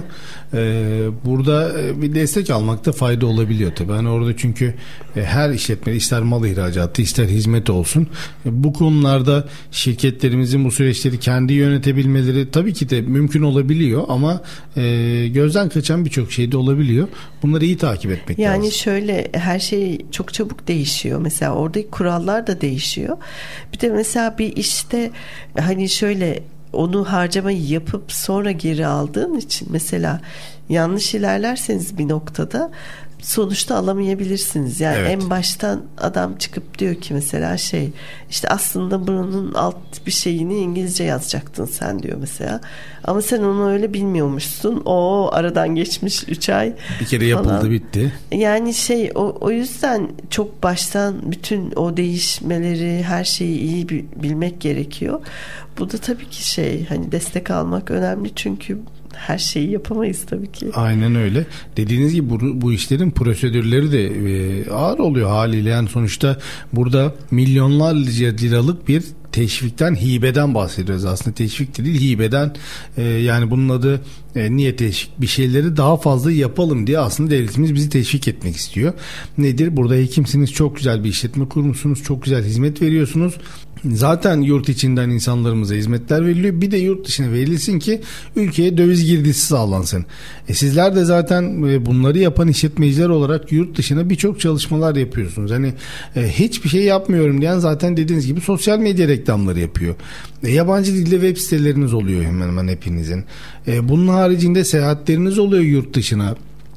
Burada bir destek almakta fayda olabiliyor tabii. Hani orada çünkü her işletme, ister mal ihracatı ister hizmet olsun, bu konularda şirketlerimizin bu süreçleri kendi yönetebilmeleri tabii ki de mümkün olabiliyor ama gözden kaçan birçok şey de olabiliyor. Bunları iyi takip etmek lazım. Yani şöyle, her şey çok çabuk değişiyor. Mesela oradaki kurallar da değişiyor. Bir de mesela bir işte hani şöyle, onu harcamayı yapıp sonra geri aldığın için mesela yanlış ilerlerseniz bir noktada sonuçta alamayabilirsiniz. Yani evet. En baştan adam çıkıp diyor ki mesela işte aslında bunun alt bir şeyini İngilizce yazacaktın sen diyor mesela. Ama sen onu öyle bilmiyormuşsun. O aradan geçmiş 3 ay. Bir kere yapıldı falan. Bitti. Yani o yüzden çok baştan bütün o değişmeleri, her şeyi iyi bilmek gerekiyor. Bu da tabii ki hani destek almak önemli, çünkü her şeyi yapamayız tabii ki. Aynen öyle. Dediğiniz gibi bu işlerin prosedürleri de ağır oluyor haliyle. Yani sonuçta burada milyonlarca liralık bir teşvikten, hibeden bahsediyoruz. Aslında teşvik değil, hibeden. Yani bunun adı niye teşvik? Bir şeyleri daha fazla yapalım diye aslında devletimiz bizi teşvik etmek istiyor. Nedir? Burada hekimsiniz, çok güzel bir işletme kurmuşsunuz, çok güzel hizmet veriyorsunuz. Zaten yurt içinden insanlarımıza hizmetler veriliyor. Bir de yurt dışına verilsin ki ülkeye döviz girdisi sağlansın. Sizler de zaten bunları yapan işletmeciler olarak yurt dışına birçok çalışmalar yapıyorsunuz. Hani hiçbir şey yapmıyorum diyen zaten dediğiniz gibi sosyal medya reklamları yapıyor. Yabancı dilde web siteleriniz oluyor hemen hemen hepinizin. Bunun haricinde seyahatleriniz oluyor yurt dışına.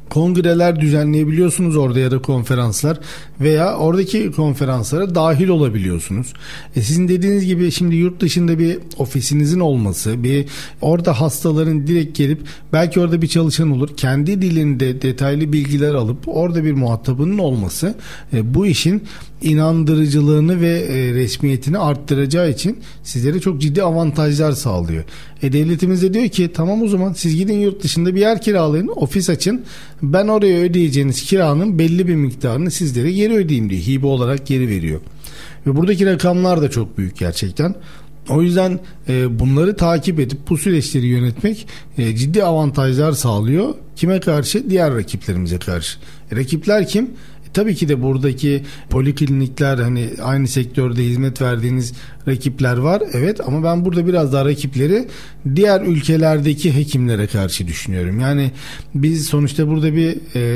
kongreler düzenleyebiliyorsunuz orada ya da konferanslar veya oradaki konferanslara dahil olabiliyorsunuz. Sizin dediğiniz gibi şimdi yurt dışında bir ofisinizin olması, bir orada hastaların direkt gelip belki orada bir çalışan olur, kendi dilinde detaylı bilgiler alıp orada bir muhatabının olması bu işin inandırıcılığını ve resmiyetini arttıracağı için sizlere çok ciddi avantajlar sağlıyor. Devletimiz de diyor ki tamam o zaman siz gidin yurt dışında bir yer kiralayın, ofis açın. Ben oraya ödeyeceğiniz kiranın belli bir miktarını sizlere geri ödeyeyim diyor. Hibe olarak geri veriyor. Ve buradaki rakamlar da çok büyük gerçekten. O yüzden bunları takip edip bu süreçleri yönetmek ciddi avantajlar sağlıyor. Kime karşı? Diğer rakiplerimize karşı. Rakipler kim? Tabii ki de buradaki poliklinikler, hani aynı sektörde hizmet verdiğiniz rakipler var. Evet, ama ben burada biraz daha rakipleri diğer ülkelerdeki hekimlere karşı düşünüyorum. Yani biz sonuçta burada bir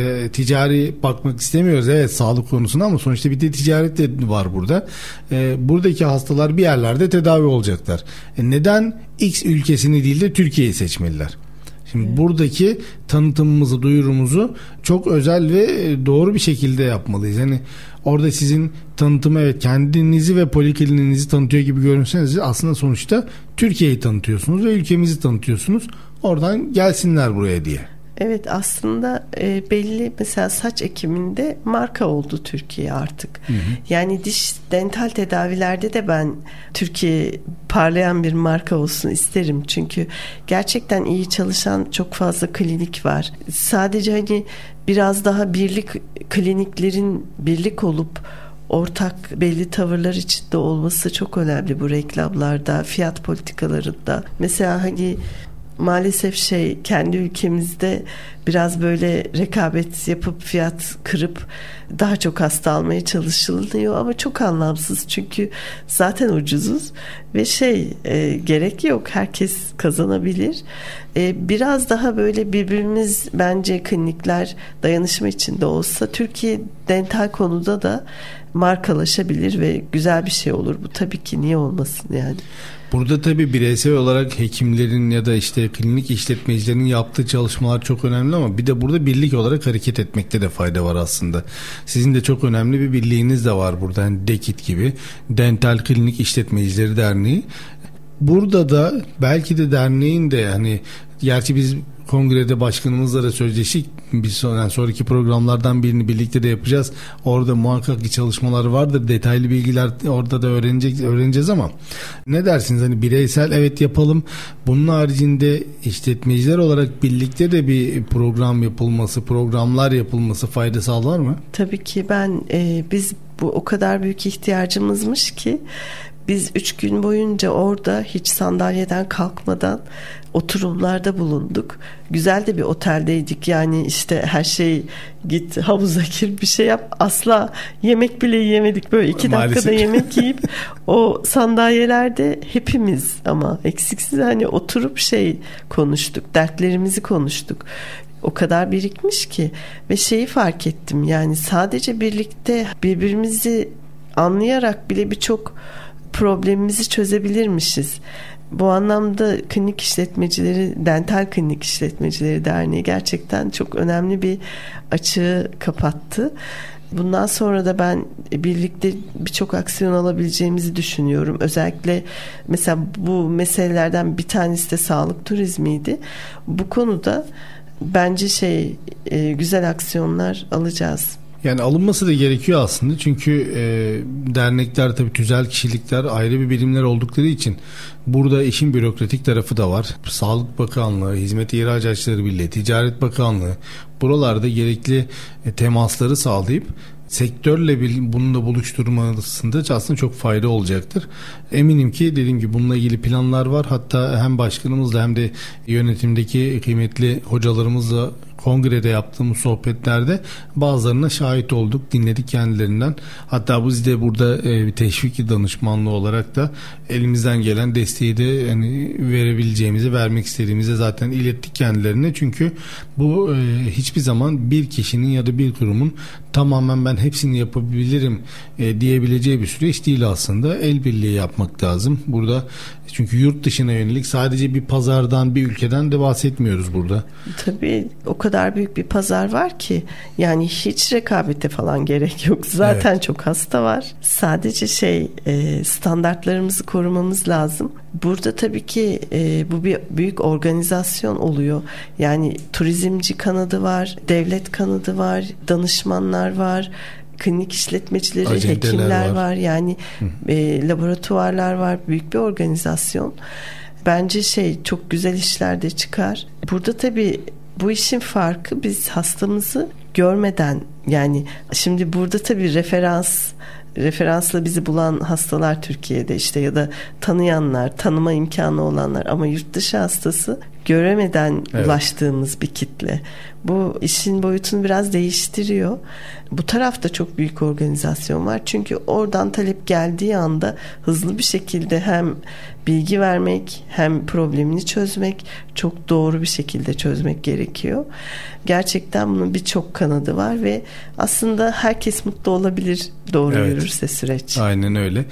ticari bakmak istemiyoruz. Evet, sağlık konusunda, ama sonuçta bir de ticaret de var burada. Buradaki hastalar bir yerlerde tedavi olacaklar. Neden X ülkesini değil de Türkiye'yi seçmeliler? Şimdi buradaki tanıtımımızı, duyurumuzu çok özel ve doğru bir şekilde yapmalıyız. Yani orada sizin tanıtımı, evet, kendinizi ve polikliniğinizi tanıtıyor gibi görünseniz aslında sonuçta Türkiye'yi tanıtıyorsunuz ve ülkemizi tanıtıyorsunuz. Oradan gelsinler buraya diye. Evet, aslında belli, mesela saç ekiminde marka oldu Türkiye artık. Hı hı. Yani diş dental tedavilerde de ben Türkiye parlayan bir marka olsun isterim. Çünkü gerçekten iyi çalışan çok fazla klinik var. Sadece hani biraz daha kliniklerin birlik olup ortak belli tavırlar içinde olması çok önemli bu reklamlarda, fiyat politikalarında. Mesela hani maalesef kendi ülkemizde biraz böyle rekabet yapıp fiyat kırıp daha çok hasta almaya çalışılıyor ama çok anlamsız, çünkü zaten ucuzuz ve gerek yok, herkes kazanabilir. Biraz daha böyle birbirimiz, bence klinikler dayanışma içinde olsa Türkiye dental konuda da markalaşabilir ve güzel bir şey olur bu, tabii ki, niye olmasın yani. Burada tabii bireysel olarak hekimlerin ya da işte klinik işletmecilerin yaptığı çalışmalar çok önemli, ama bir de burada birlik olarak hareket etmekte de fayda var aslında. Sizin de çok önemli bir birliğiniz de var burada. Yani DEKİT gibi, Dental Klinik İşletmecileri Derneği. Burada da belki de derneğin de, hani gerçi biz kongrede başkanımızla da sözleştik. Biz sonraki programlardan birini birlikte de yapacağız. Orada muhakkak ki çalışmalar vardır. Detaylı bilgiler orada da öğreneceğiz, ama ne dersiniz? Hani bireysel evet yapalım. Bunun haricinde işletmeciler olarak birlikte de bir programlar yapılması fayda sağlar mı? Tabii ki biz bu o kadar büyük ihtiyacımızmış ki biz 3 gün boyunca orada hiç sandalyeden kalkmadan oturumlarda bulunduk. Güzel de bir oteldeydik. Yani işte her şey, git havuza gir, bir şey yap. Asla yemek bile yiyemedik. Böyle 2 dakikada yemek yiyip o sandalyelerde hepimiz, ama eksiksiz, hani oturup konuştuk. Dertlerimizi konuştuk. O kadar birikmiş ki, ve fark ettim. Yani sadece birlikte birbirimizi anlayarak bile birçok problemimizi çözebilirmişiz. Bu anlamda klinik işletmecileri, Dental Klinik İşletmecileri Derneği gerçekten çok önemli bir açığı kapattı. Bundan sonra da ben birlikte birçok aksiyon alabileceğimizi düşünüyorum. Özellikle mesela bu meselelerden bir tanesi de sağlık turizmiydi. Bu konuda bence güzel aksiyonlar alacağız. Yani alınması da gerekiyor aslında, çünkü dernekler tabii tüzel kişilikler, ayrı bir birimler oldukları için burada işin bürokratik tarafı da var. Sağlık Bakanlığı, Hizmet İhracatçıları Birliği, Ticaret Bakanlığı buralarda gerekli temasları sağlayıp sektörle bunun da buluşturmasında aslında çok fayda olacaktır. Eminim ki dediğim gibi bununla ilgili planlar var. Hatta hem başkanımızla hem de yönetimdeki kıymetli hocalarımızla kongrede yaptığımız sohbetlerde bazılarına şahit olduk, dinledik kendilerinden. Hatta biz de burada bir teşvik danışmanlığı olarak da elimizden gelen desteği de verebileceğimizi, vermek istediğimizi zaten ilettik kendilerine. Çünkü bu hiçbir zaman bir kişinin ya da bir kurumun tamamen ben hepsini yapabilirim diyebileceği bir süreç değil aslında. El birliği yapmak lazım burada. Çünkü yurt dışına yönelik sadece bir pazardan, bir ülkeden de bahsetmiyoruz burada. Tabii o kadar kadar büyük bir pazar var ki yani hiç rekabete falan gerek yok. Zaten evet, çok hasta var. Sadece standartlarımızı korumamız lazım. Burada tabii ki bu bir büyük organizasyon oluyor. Yani turizmci kanadı var, devlet kanadı var, danışmanlar var, klinik işletmecileri, acenteler hekimler var. Yani laboratuvarlar var. Büyük bir organizasyon. Bence çok güzel işler de çıkar. Burada tabii bu işin farkı biz hastamızı görmeden, yani şimdi burada tabii referansla bizi bulan hastalar Türkiye'de ya da tanıyanlar, tanıma imkanı olanlar, ama yurt dışı hastası göremeden ulaştığımız bir kitle. Bu işin boyutunu biraz değiştiriyor. Bu tarafta çok büyük organizasyon var. Çünkü oradan talep geldiği anda hızlı bir şekilde hem bilgi vermek hem problemini çözmek, çok doğru bir şekilde çözmek gerekiyor. Gerçekten bunun birçok kanadı var ve aslında herkes mutlu olabilir doğru yürürse süreç. Aynen öyle.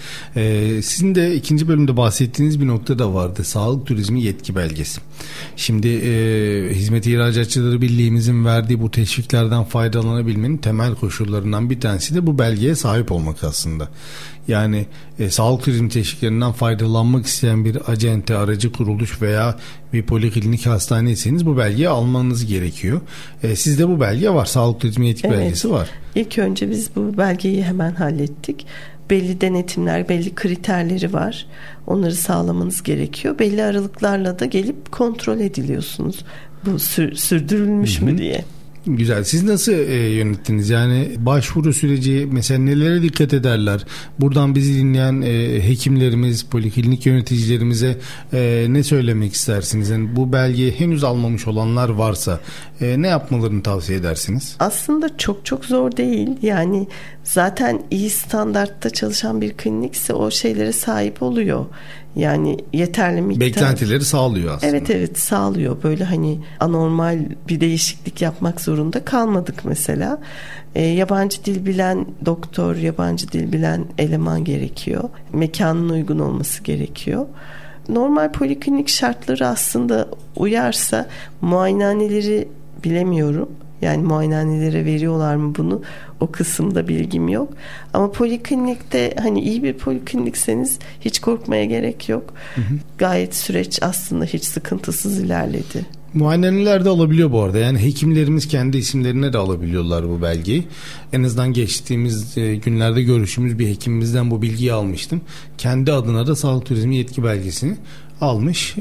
Sizin de ikinci bölümde bahsettiğiniz bir nokta da vardı. Sağlık turizmi yetki belgesi. Şimdi Hizmet İhracatçıları Birliği'mizin verdiği bu teşviklerden faydalanabilmenin temel koşullarından bir tanesi de bu belgeye sahip olmak aslında. Yani sağlık turizmi teşviklerinden faydalanmak isteyen bir acente, aracı kuruluş veya bir poliklinik hastaneyseniz bu belgeyi almanız gerekiyor. Sizde bu belge var. Sağlık turizmi yetki belgesi var. İlk önce biz bu belgeyi hemen hallettik. Belli denetimler, belli kriterleri var. Onları sağlamanız gerekiyor. Belli aralıklarla da gelip kontrol ediliyorsunuz. Bu sürdürülmüş mü diye. Güzel. Siz nasıl yönettiniz? Yani başvuru süreci mesela nelere dikkat ederler? Buradan bizi dinleyen hekimlerimiz, poliklinik yöneticilerimize ne söylemek istersiniz? Yani bu belgeyi henüz almamış olanlar varsa ne yapmalarını tavsiye edersiniz? Aslında çok zor değil. Yani zaten iyi standartta çalışan bir klinikse o şeylere sahip oluyor. Yani yeterli miktar. Beklentileri sağlıyor aslında. Evet sağlıyor. Böyle anormal bir değişiklik yapmak zorunda kalmadık mesela. Yabancı dil bilen doktor, yabancı dil bilen eleman gerekiyor. Mekanın uygun olması gerekiyor. Normal poliklinik şartları aslında uyarsa muayenehaneleri bilemiyorum. Yani muayenehanelere veriyorlar mı bunu? O kısımda bilgim yok. Ama poliklinikte iyi bir poliklinikseniz hiç korkmaya gerek yok. Gayet süreç aslında hiç sıkıntısız ilerledi. Muayenehaneler de alabiliyor bu arada. Yani hekimlerimiz kendi isimlerine de alabiliyorlar bu belgeyi. En azından geçtiğimiz günlerde görüştüğümüz bir hekimimizden bu bilgiyi almıştım. Kendi adına da sağlık turizmi yetki belgesini almış.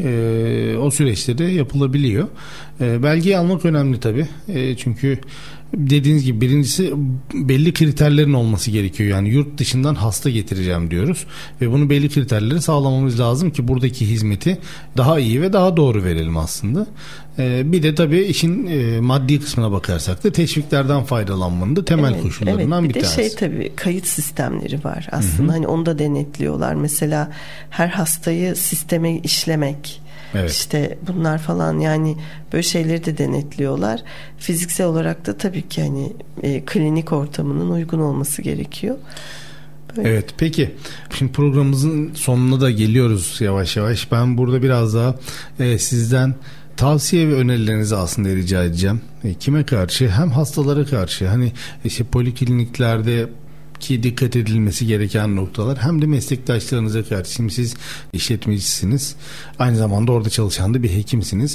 O süreçte de yapılabiliyor. Belgeyi almak önemli tabii. Çünkü dediğiniz gibi birincisi belli kriterlerin olması gerekiyor. Yani yurt dışından hasta getireceğim diyoruz ve bunu belli kriterleri sağlamamız lazım ki buradaki hizmeti daha iyi ve daha doğru verelim aslında. Bir de tabii işin maddi kısmına bakarsak da teşviklerden faydalanmanın da temel koşullarından bir tanesi. Bir de tabii kayıt sistemleri var aslında. Onu da denetliyorlar. Mesela her hastayı sisteme işlemek. İşte bunlar falan, yani böyle şeyleri de denetliyorlar. Fiziksel olarak da tabii ki klinik ortamının uygun olması gerekiyor. Böyle. Evet, peki. Şimdi programımızın sonuna da geliyoruz yavaş yavaş. Ben burada biraz daha sizden tavsiye ve önerilerinizi aslında rica edeceğim. Kime karşı? Hem hastalara karşı. Polikliniklerde ki dikkat edilmesi gereken noktalar, hem de meslektaşlarınıza karşı. Şimdi siz işletmecisiniz, aynı zamanda orada çalışan da bir hekimsiniz.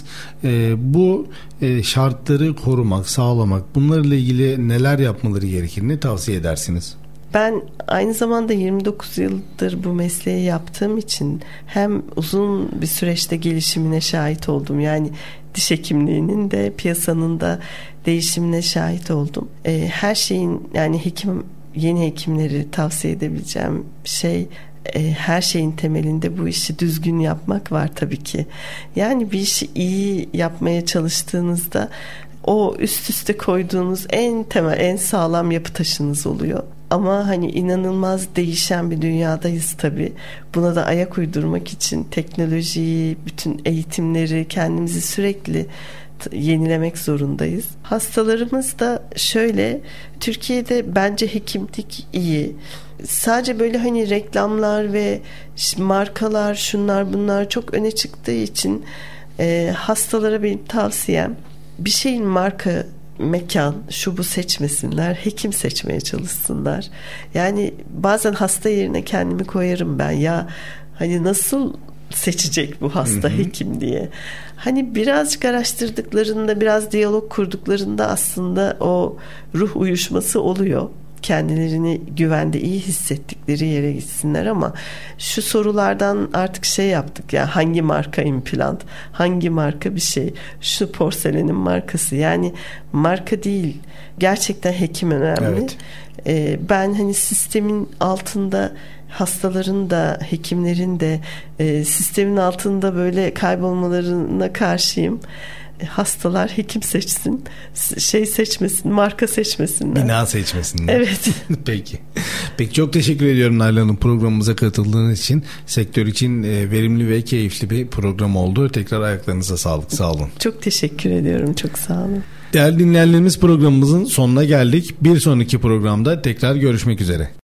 Bu şartları korumak, sağlamak, bunlarla ilgili neler yapmaları gerekir, ne tavsiye edersiniz? Ben aynı zamanda 29 yıldır bu mesleği yaptığım için hem uzun bir süreçte gelişimine şahit oldum. Yani diş hekimliğinin de piyasanın da değişimine şahit oldum. Her şeyin, yani yeni hekimleri tavsiye edebileceğim her şeyin temelinde bu işi düzgün yapmak var tabii ki. Yani bir işi iyi yapmaya çalıştığınızda o üst üste koyduğunuz en sağlam yapı taşınız oluyor. Ama inanılmaz değişen bir dünyadayız tabii. Buna da ayak uydurmak için teknolojiyi, bütün eğitimleri kendimizi sürekli yenilemek zorundayız. Hastalarımız da Türkiye'de bence hekimlik iyi. Sadece böyle reklamlar ve markalar, şunlar bunlar çok öne çıktığı için hastalara benim tavsiyem bir şeyin marka, mekan, şu bu seçmesinler, hekim seçmeye çalışsınlar. Yani bazen hasta yerine kendimi koyarım ben. Ya hani nasıl seçecek bu hasta hekim diye. Hani birazcık araştırdıklarında, biraz diyalog kurduklarında aslında o ruh uyuşması oluyor. Kendilerini güvende, iyi hissettikleri yere gitsinler. Ama şu sorulardan artık şey yaptık ya, hangi marka implant, hangi marka bir şey, şu porselenin markası, yani marka değil, gerçekten hekim önemli. Evet. Ben hani sistemin altında hastaların da hekimlerin de sistemin altında böyle kaybolmalarına karşıyım. Hastalar hekim seçsin, şey seçmesin, marka seçmesinler. Bina seçmesinler. Evet. Peki. Peki, çok teşekkür ediyorum Nalan Hanım programımıza katıldığınız için. Sektör için verimli ve keyifli bir program oldu. Tekrar ayaklarınıza sağlık. Sağ olun. Çok teşekkür ediyorum. Çok sağ olun. Değerli dinleyenlerimiz, programımızın sonuna geldik. Bir sonraki programda tekrar görüşmek üzere.